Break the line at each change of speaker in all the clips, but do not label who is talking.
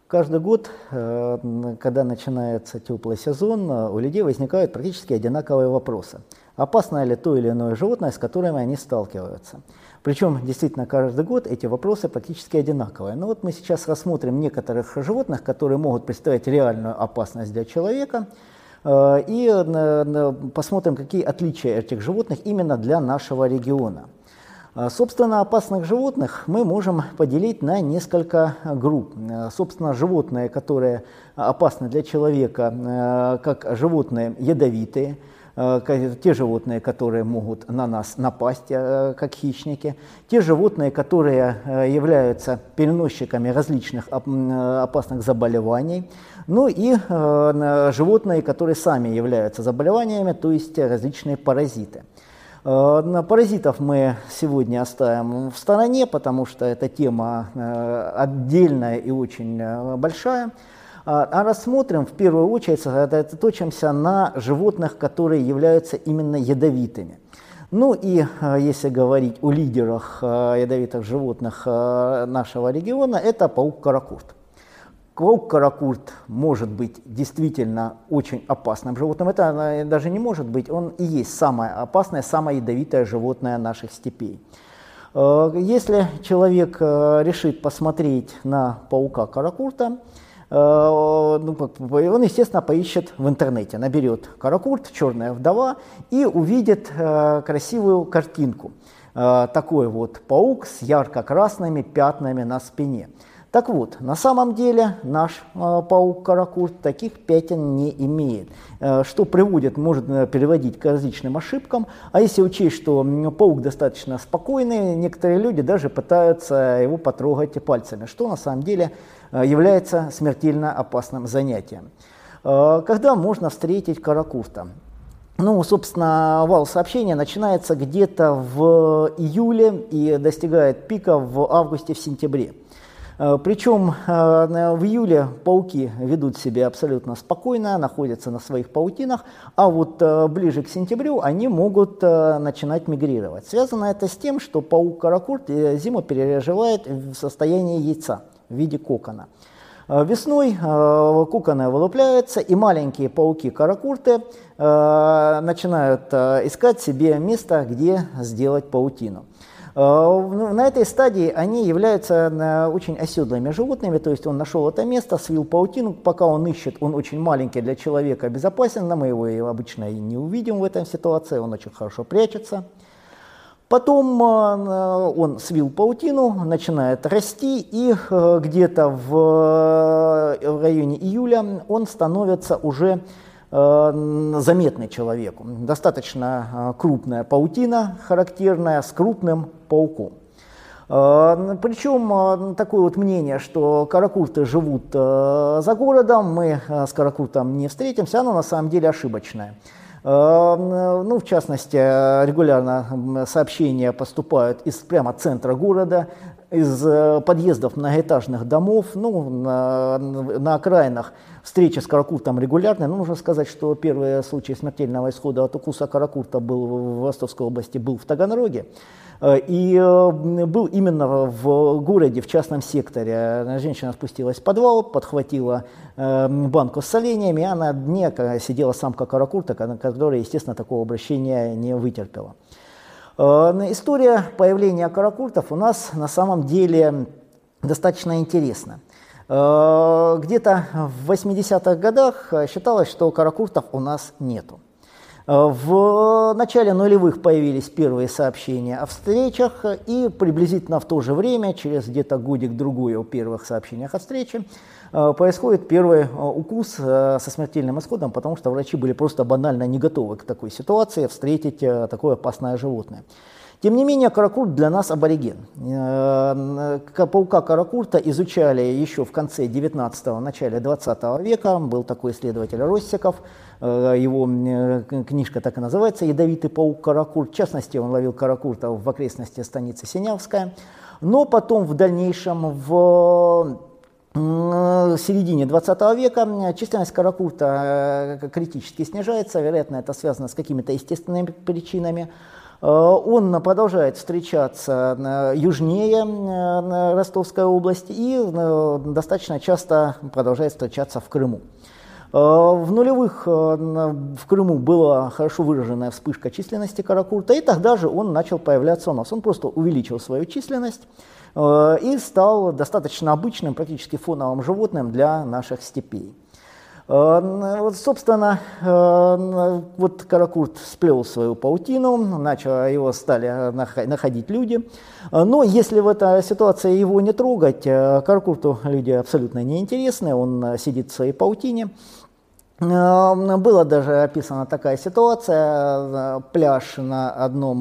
Каждый год, когда начинается теплый сезон, у людей возникают практически одинаковые вопросы. Опасно ли то или иное животное, с которыми они сталкиваются? Причем действительно каждый год эти вопросы практически одинаковые. Но вот мы сейчас рассмотрим некоторых животных, которые могут представлять реальную опасность для человека, и посмотрим, какие отличия этих животных именно для нашего региона. Собственно, опасных животных мы можем поделить на несколько групп. Собственно, животные, которые опасны для человека, как животные ядовитые, те животные, которые могут на нас напасть, как хищники, те животные, которые являются переносчиками различных опасных заболеваний, ну и животные, которые сами являются заболеваниями, то есть различные паразиты. Паразитов мы сегодня оставим в стороне, потому что эта тема отдельная и очень большая. А рассмотрим в первую очередь, сосредоточимся на животных, которые являются именно ядовитыми. Ну и если говорить о лидерах ядовитых животных нашего региона, это паук-каракурт. Паук-каракурт может быть действительно очень опасным животным. Это даже не может быть, он и есть самое опасное, самое ядовитое животное наших степей. Если человек решит посмотреть на паука-каракурта, он, естественно, поищет в интернете, наберет «каракурт», «черная вдова» и увидит красивую картинку. Такой вот паук с ярко-красными пятнами на спине. Так вот, на самом деле наш паук-каракурт таких пятен не имеет, что может приводить к различным ошибкам. А если учесть, что паук достаточно спокойный, некоторые люди даже пытаются его потрогать пальцами, что на самом деле является смертельно опасным занятием. Когда можно встретить каракурта? Ну, собственно, вал сообщения начинается где-то в июле и достигает пика в августе, в сентябре. Причем в июле пауки ведут себя абсолютно спокойно, находятся на своих паутинах, а вот ближе к сентябрю они могут начинать мигрировать. Связано это с тем, что паук-каракурт зиму переживает в состоянии яйца в виде кокона. Весной коконы вылупляются, и маленькие пауки-каракурты начинают искать себе место, где сделать паутину. На этой стадии они являются очень оседлыми животными, то есть он нашел это место, свил паутину, пока он ищет, он очень маленький для человека, безопасен, но мы его обычно и не увидим в этой ситуации, он очень хорошо прячется. Потом он свил паутину, начинает расти, и где-то в районе июля он становится уже заметный человеку. Достаточно крупная паутина, характерная, с крупным пауком. Причем такое вот мнение, что каракурты живут за городом, мы с каракуртом не встретимся, оно на самом деле ошибочное. Ну, в частности, регулярно сообщения поступают из прямо центра города, из подъездов многоэтажных домов, ну, на окраинах встречи с каракуртом регулярные. Но нужно сказать, что первый случай смертельного исхода от укуса каракурта был в Ростовской области, был в Таганроге. И был именно в городе, в частном секторе. Женщина спустилась в подвал, подхватила банку с соленьями, а на дне сидела самка каракурта, которая, естественно, такого обращения не вытерпела. История появления каракуртов у нас на самом деле достаточно интересна. Где-то в 80-х годах считалось, что каракуртов у нас нету. В начале нулевых появились первые сообщения о встречах, и приблизительно в то же время, через где-то годик-другой о первых сообщениях о встрече, происходит первый укус со смертельным исходом, потому что врачи были просто банально не готовы к такой ситуации, встретить такое опасное животное. Тем не менее, каракурт для нас абориген. Паука каракурта изучали еще в конце 19-го, начале 20 века. Был такой исследователь Россиков, его книжка так и называется «Ядовитый паук-каракурт». В частности, он ловил каракурта в окрестности станицы Синявская. Но потом в дальнейшем, в середине 20 века численность каракурта критически снижается. Вероятно, это связано с какими-то естественными причинами. Он продолжает встречаться южнее Ростовской области и достаточно часто продолжает встречаться в Крыму. В нулевых в Крыму была хорошо выраженная вспышка численности каракурта, и тогда же он начал появляться у нас. Он просто увеличил свою численность и стал достаточно обычным, практически фоновым животным для наших степей. Вот, собственно, вот каракурт сплел свою паутину, его стали находить люди. Но если в этой ситуации его не трогать, каракурту люди абсолютно неинтересны, он сидит в своей паутине. Была даже описана такая ситуация, пляж на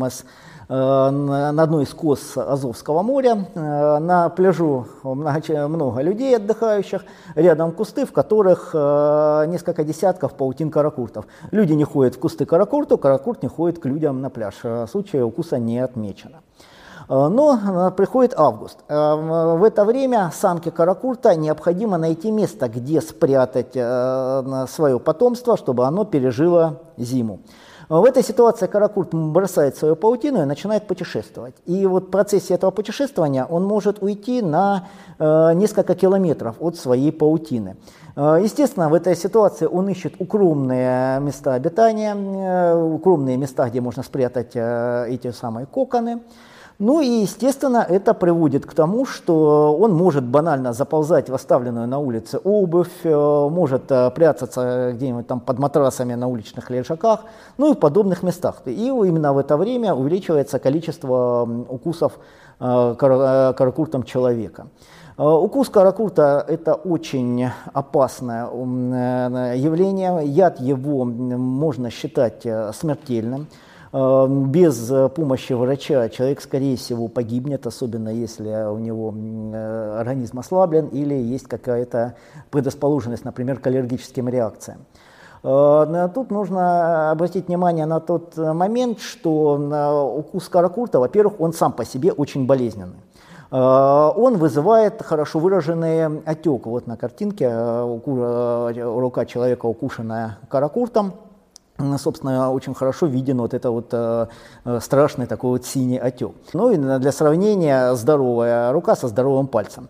одной из кос Азовского моря. На пляжу много людей отдыхающих, рядом кусты, в которых несколько десятков паутин каракуртов. Люди не ходят в кусты каракурту, каракурт не ходит к людям на пляж. Случая укуса не отмечено. Но приходит август. В это время самке каракурта необходимо найти место, где спрятать свое потомство, чтобы оно пережило зиму. В этой ситуации каракурт бросает свою паутину и начинает путешествовать. И вот в процессе этого путешествования он может уйти на несколько километров от своей паутины. Естественно, в этой ситуации он ищет укромные места обитания, укромные места, где можно спрятать эти самые коконы. Ну и, естественно, это приводит к тому, что он может банально заползать в оставленную на улице обувь, может прятаться где-нибудь там под матрасами на уличных лежаках, ну и в подобных местах. И именно в это время увеличивается количество укусов каракуртом человека. Укус каракурта – это очень опасное явление, яд его можно считать смертельным. Без помощи врача человек, скорее всего, погибнет, особенно если у него организм ослаблен или есть какая-то предрасположенность, например, к аллергическим реакциям. Тут нужно обратить внимание на тот момент, что укус каракурта, во-первых, он сам по себе очень болезненный. Он вызывает хорошо выраженный отек. Вот на картинке рука человека, укушенная каракуртом. Собственно, очень хорошо виден вот это вот страшный такой вот синий отек. Ну и для сравнения, здоровая рука со здоровым пальцем.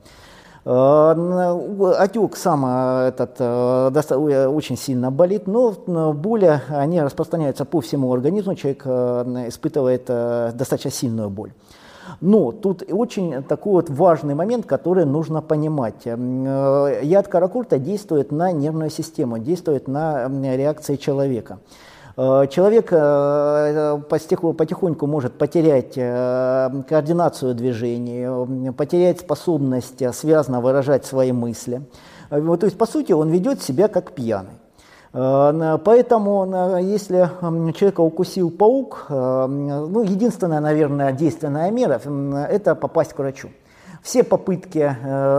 Отек сам этот очень сильно болит, но боли они распространяются по всему организму, человек испытывает достаточно сильную боль. Но тут очень такой вот важный момент, который нужно понимать. Яд каракурта действует на нервную систему, действует на реакции человека. Человек потихоньку может потерять координацию движений, потерять способность связно выражать свои мысли. То есть, по сути, он ведет себя как пьяный. Поэтому, если человека укусил паук, единственная, наверное, действенная мера – это попасть к врачу. Все попытки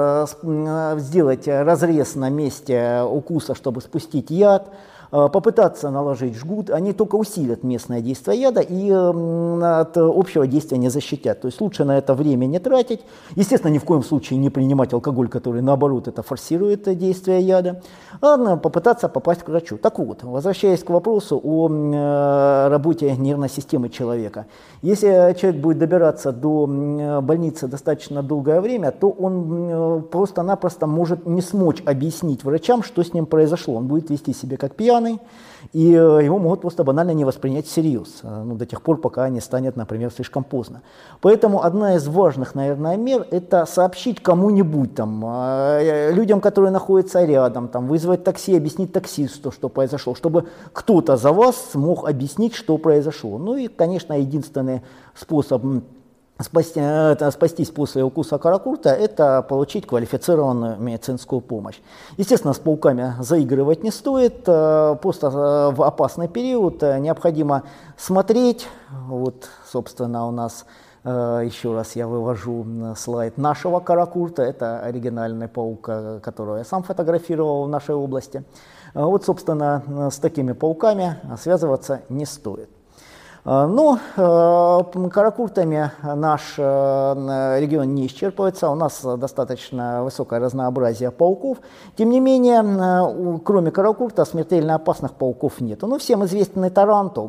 сделать разрез на месте укуса, чтобы спустить яд, попытаться наложить жгут, они только усилят местное действие яда и от общего действия не защитят. То есть лучше на это время не тратить. Естественно, ни в коем случае не принимать алкоголь, который наоборот это форсирует действие яда, а попытаться попасть к врачу. Так вот, возвращаясь к вопросу о работе нервной системы человека. Если человек будет добираться до больницы достаточно долгое время, то он просто-напросто может не смочь объяснить врачам, что с ним произошло. Он будет вести себя как пьяный, и его могут просто банально не воспринять всерьез, до тех пор, пока не станет, например, слишком поздно. Поэтому одна из важных, наверное, мер – это сообщить кому-нибудь, людям, которые находятся рядом, вызвать такси, объяснить таксисту, что произошло, чтобы кто-то за вас смог объяснить, что произошло. Ну и, конечно, единственный способ спастись после укуса каракурта – это получить квалифицированную медицинскую помощь. Естественно, с пауками заигрывать не стоит, просто в опасный период необходимо смотреть. Вот, собственно, у нас, еще раз я вывожу слайд нашего каракурта, это оригинальный паук, которого я сам фотографировал в нашей области. Вот, собственно, с такими пауками связываться не стоит. Но каракуртами наш регион не исчерпывается, у нас достаточно высокое разнообразие пауков. Тем не менее, кроме каракурта, смертельно опасных пауков нет. Всем известный тарантул.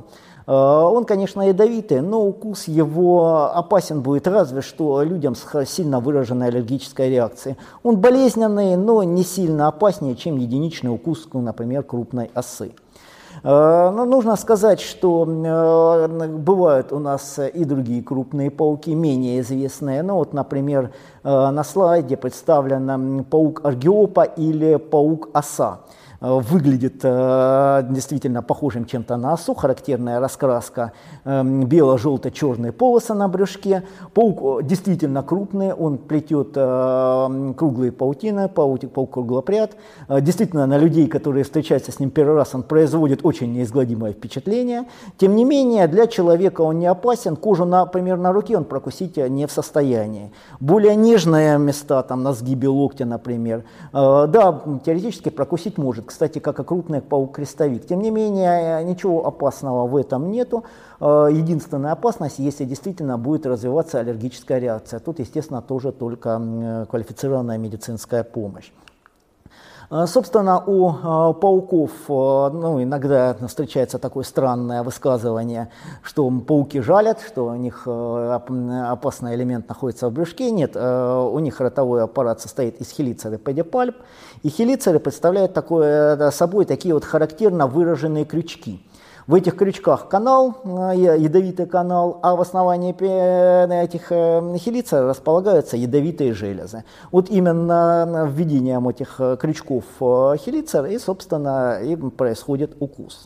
Он, конечно, ядовитый, но укус его опасен будет разве что людям с сильно выраженной аллергической реакцией. Он болезненный, но не сильно опаснее, чем единичный укус, например, крупной осы. Но нужно сказать, что бывают у нас и другие крупные пауки, менее известные. Ну вот, например, на слайде представлен паук аргиопа или паук оса. Выглядит действительно похожим чем-то на осу, характерная раскраска, бело-желто-черные полосы на брюшке. Паук действительно крупный, он плетет круглые паутины, паук круглопряд. Действительно, на людей, которые встречаются с ним первый раз, он производит очень неизгладимое впечатление. Тем не менее, для человека он не опасен, кожу, например, на руке он прокусить не в состоянии. Более нежные места, там, на сгибе локтя, например, да, теоретически прокусить может. Кстати, как и крупный паук-крестовик. Тем не менее, ничего опасного в этом нету. Единственная опасность, если действительно будет развиваться аллергическая реакция. Тут, естественно, тоже только квалифицированная медицинская помощь. Собственно, у пауков иногда встречается такое странное высказывание, что пауки жалят, что у них опасный элемент находится в брюшке. Нет, у них ротовой аппарат состоит из хелицер и педипальп, и хелицеры представляют собой такие вот характерно выраженные крючки. В этих крючках канал, ядовитый канал, а в основании этих хелицер располагаются ядовитые железы. Вот именно введением этих крючков хелицер и, собственно, и происходит укус.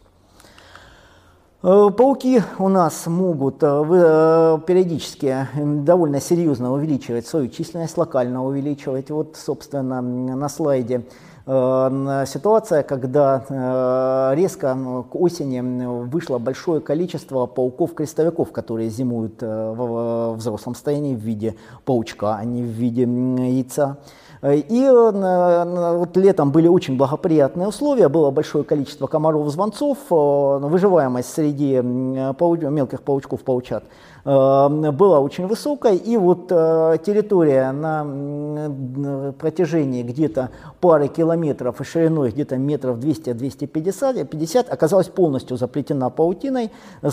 Пауки у нас могут периодически довольно серьезно увеличивать свою численность, локально увеличивать. Вот, собственно, на слайде ситуация, когда резко к осени вышло большое количество пауков-крестовиков, которые зимуют в взрослом состоянии в виде паучка, а не в виде яйца. И вот летом были очень благоприятные условия, было большое количество комаров-звонцов, выживаемость среди мелких паучков-паучат была очень высокой, и вот территория на протяжении где-то пары километров и шириной где-то метров 200-250 оказалась полностью заплетена паутиной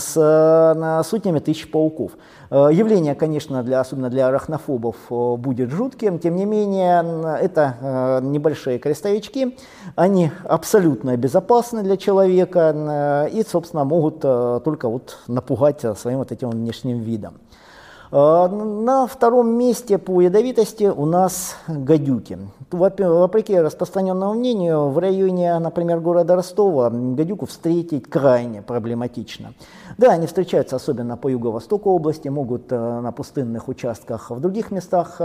с сотнями тысяч пауков. Явление, конечно, особенно для арахнофобов будет жутким, тем не менее, это небольшие крестовички, они абсолютно безопасны для человека и, собственно, могут только вот напугать своим вот этим внешним видом. На втором месте по ядовитости у нас гадюки. Вопреки распространенному мнению, в районе, например, города Ростова гадюку встретить крайне проблематично. Да, они встречаются особенно по юго-востоку области, могут на пустынных участках в других местах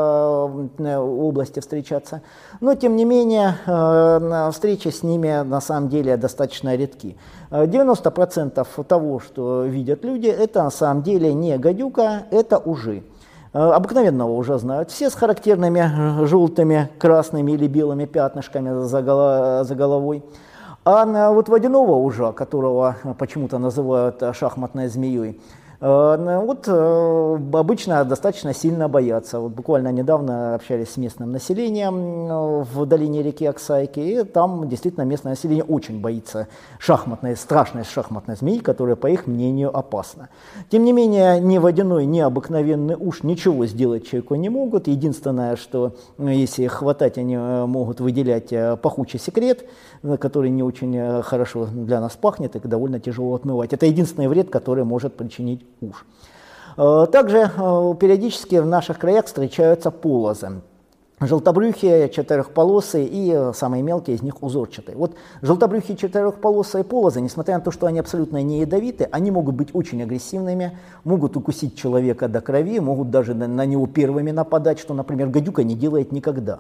области встречаться, но тем не менее встречи с ними на самом деле достаточно редки. 90% того, что видят люди, это на самом деле не гадюка, это ужи. Обыкновенного ужа знают все с характерными желтыми, красными или белыми пятнышками за головой. А вот водяного ужа, которого почему-то называют шахматной змеей, вот обычно достаточно сильно боятся. Вот буквально недавно общались с местным населением в долине реки Аксайки, и там действительно местное население очень боится страшной шахматной змеи, которая, по их мнению, опасна. Тем не менее, ни водяной, ни обыкновенный уж ничего сделать человеку не могут. Единственное, что если их хватать, они могут выделять пахучий секрет, который не очень хорошо для нас пахнет и довольно тяжело отмывать. Это единственный вред, который может причинить уж. Также периодически в наших краях встречаются полозы. Желтобрюхие, четырехполосые и самые мелкие из них узорчатые. Вот желтобрюхие, четырехполосые полозы, несмотря на то, что они абсолютно не ядовиты, они могут быть очень агрессивными, могут укусить человека до крови, могут даже на него первыми нападать, что, например, гадюка не делает никогда.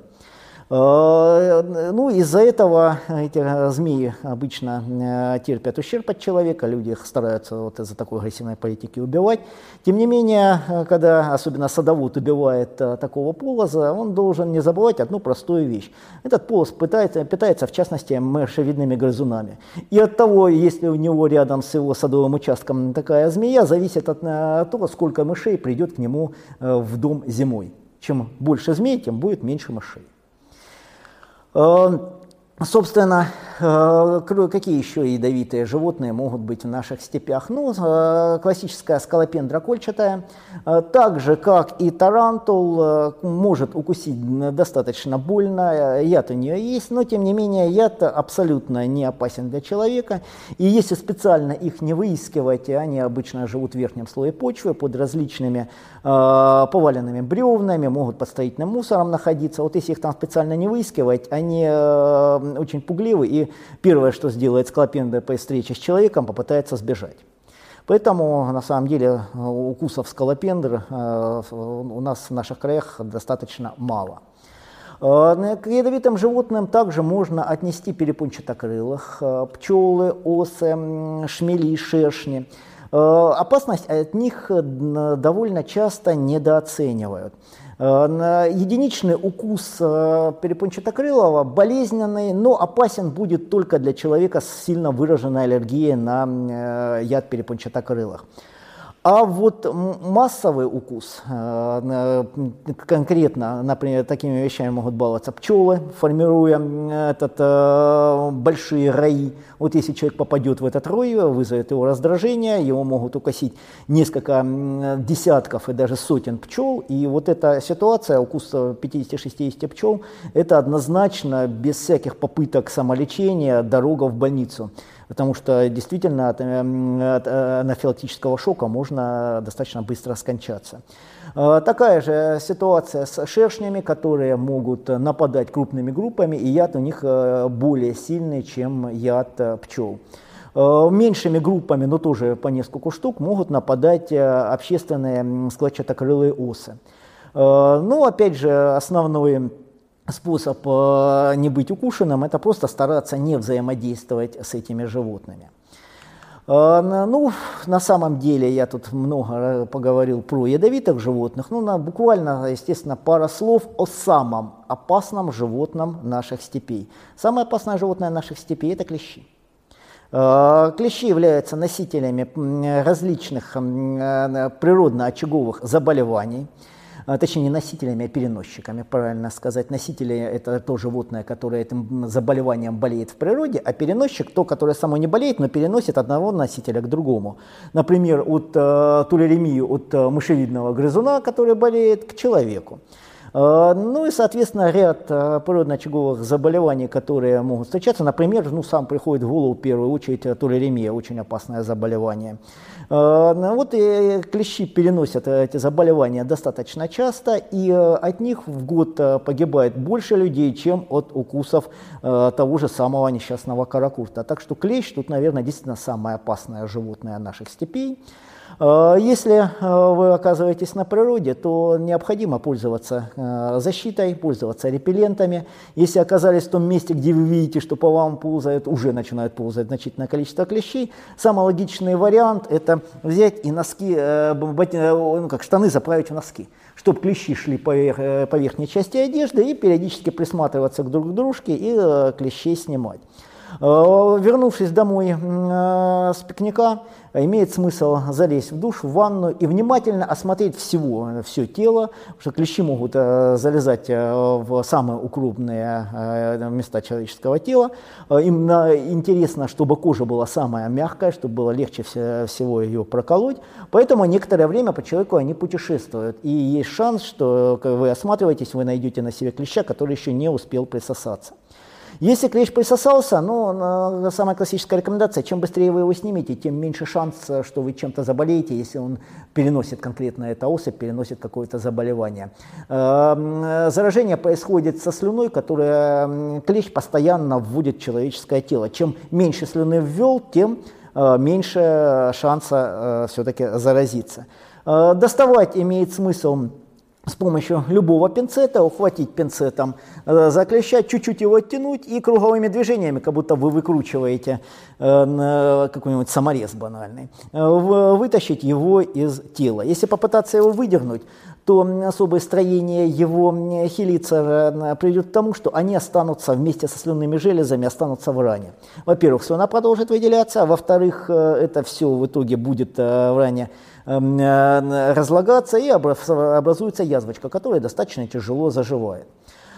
Ну, из-за этого эти змеи обычно терпят ущерб от человека, люди их стараются вот из-за такой агрессивной политики убивать. Тем не менее, когда особенно садовод убивает такого полоза, он должен не забывать одну простую вещь. Этот полоз питается в частности мышевидными грызунами. И от того, если у него рядом с его садовым участком такая змея, зависит от того, сколько мышей придет к нему в дом зимой. Чем больше змей, тем будет меньше мышей. Собственно, какие еще ядовитые животные могут быть в наших степях? Ну, классическая скалопендра кольчатая, так же, как и тарантул, может укусить достаточно больно, яд у нее есть, но, тем не менее, яд абсолютно не опасен для человека. И если специально их не выискивать, они обычно живут в верхнем слое почвы, под различными поваленными бревнами, могут под строительным мусором находиться. Вот если их там специально не выискивать, они очень пугливы, и первое, что сделает скалопендра при встрече с человеком, попытается сбежать. Поэтому, на самом деле, укусов скалопендр у нас в наших краях достаточно мало. К ядовитым животным также можно отнести перепончатокрылых, пчелы, осы, шмели, шершни. Опасность от них довольно часто недооценивают. Единичный укус перепончатокрылого болезненный, но опасен будет только для человека с сильно выраженной аллергией на яд перепончатокрылых. А вот массовый укус, конкретно, например, такими вещами могут баловаться пчелы, формируя большие раи. Вот если человек попадет в этот рой, вызовет его раздражение, его могут укусить несколько десятков и даже сотен пчел. И вот эта ситуация, укус 50-60 пчел, это однозначно, без всяких попыток самолечения, дорога в больницу. Потому что действительно от анафилактического шока можно достаточно быстро скончаться. Такая же ситуация с шершнями, которые могут нападать крупными группами, и яд у них более сильный, чем яд пчел. Меньшими группами, но тоже по несколько штук, могут нападать общественные складчатокрылые осы. Ну, опять же, основной способ не быть укушенным – это просто стараться не взаимодействовать с этими животными. Ну, на самом деле, я тут много поговорил про ядовитых животных, ну, буквально, естественно, пара слов о самом опасном животном наших степей. Самое опасное животное наших степей – это клещи. Клещи являются носителями различных природно-очаговых заболеваний. Точнее, не носителями, а переносчиками, правильно сказать. Носители – это то животное, которое этим заболеванием болеет в природе, а переносчик – то, которое само не болеет, но переносит одного носителя к другому. Например, от тулеремии от мышевидного грызуна, который болеет, к человеку. Ну и, соответственно, ряд природно-очаговых заболеваний, которые могут встречаться. Например, сам приходит в голову в первую очередь тулеремия, очень опасное заболевание. Вот и клещи переносят эти заболевания достаточно часто, и от них в год погибает больше людей, чем от укусов того же самого несчастного каракурта. Так что клещ тут, наверное, действительно самое опасное животное наших степей. Если вы оказываетесь на природе, то необходимо пользоваться защитой, пользоваться репеллентами. Если оказались в том месте, где вы видите, что по вам уже начинают ползать значительное количество клещей, самый логичный вариант – это взять и носки, штаны заправить в носки, чтобы клещи шли по верхней части одежды и периодически присматриваться друг к дружке и клещей снимать. Вернувшись домой с пикника, имеет смысл залезть в душ, в ванну и внимательно осмотреть все тело, потому что клещи могут залезать в самые укромные места человеческого тела. Им интересно, чтобы кожа была самая мягкая, чтобы было легче всего ее проколоть. Поэтому некоторое время по человеку они путешествуют. И есть шанс, что вы осматриваетесь, вы найдете на себе клеща, который еще не успел присосаться. Если клещ присосался, самая классическая рекомендация, чем быстрее вы его снимете, тем меньше шанс, что вы чем-то заболеете, если он переносит конкретно эта особь, переносит какое-то заболевание. Заражение происходит со слюной, которую клещ постоянно вводит в человеческое тело. Чем меньше слюны ввел, тем меньше шанса все-таки заразиться. Доставать имеет смысл с помощью любого пинцета, ухватить пинцетом за клеща, чуть-чуть его оттянуть и круговыми движениями, как будто вы выкручиваете какой-нибудь саморез банальный, вытащить его из тела. Если попытаться его выдернуть, то особое строение его хелицера приведет к тому, что они останутся вместе со слюнными железами, останутся в ране. Во-первых, слюна продолжит выделяться, а во-вторых, это все в итоге будет в ране разлагаться и образуется язвочка, которая достаточно тяжело заживает.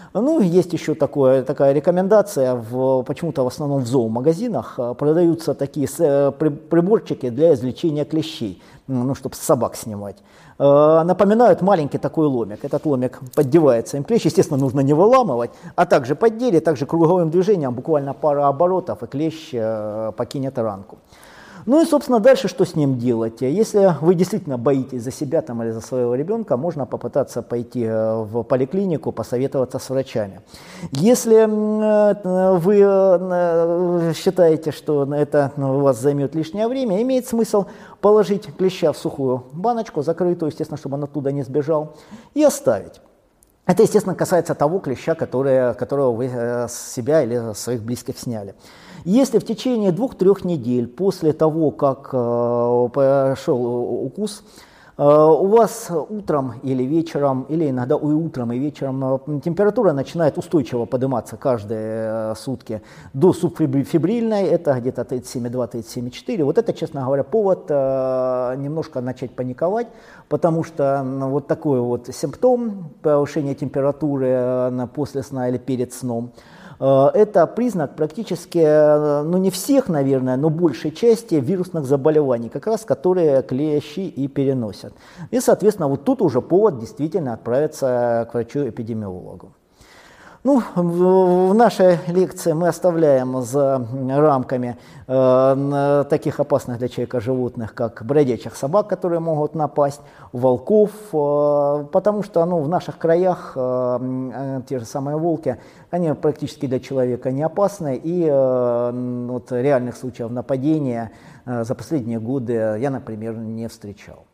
Ну, есть еще такая рекомендация, почему-то в основном в зоомагазинах продаются такие приборчики для извлечения клещей, ну, чтобы с собак снимать. Напоминают маленький такой ломик. Этот ломик поддевается им клещ, естественно, нужно не выламывать, а также поддели, также круговым движением, буквально пара оборотов, и клещ покинет ранку. Ну и, собственно, дальше что с ним делать? Если вы действительно боитесь за себя там, или за своего ребенка, можно попытаться пойти в поликлинику, посоветоваться с врачами. Если вы считаете, что это у вас займет лишнее время, имеет смысл положить клеща в сухую баночку, закрытую, естественно, чтобы он оттуда не сбежал, и оставить. Это, естественно, касается того клеща, которого вы с себя или своих близких сняли. Если в течение 2-3 недель после того, как пошел укус, у вас утром или вечером, или иногда и утром, и вечером температура начинает устойчиво подниматься каждые сутки до субфебрильной, это где-то 37,2-37,4. Вот это, честно говоря, повод немножко начать паниковать, потому что вот такой вот симптом повышения температуры после сна или перед сном, это признак практически, ну не всех, наверное, но большей части вирусных заболеваний, как раз которые клещи и переносят. И, соответственно, вот тут уже повод действительно отправиться к врачу-эпидемиологу. Ну, в нашей лекции мы оставляем за рамками таких опасных для человека животных, как бродячих собак, которые могут напасть, волков, потому что в наших краях те же самые волки, они практически для человека не опасны, и вот реальных случаев нападения за последние годы я, например, не встречал.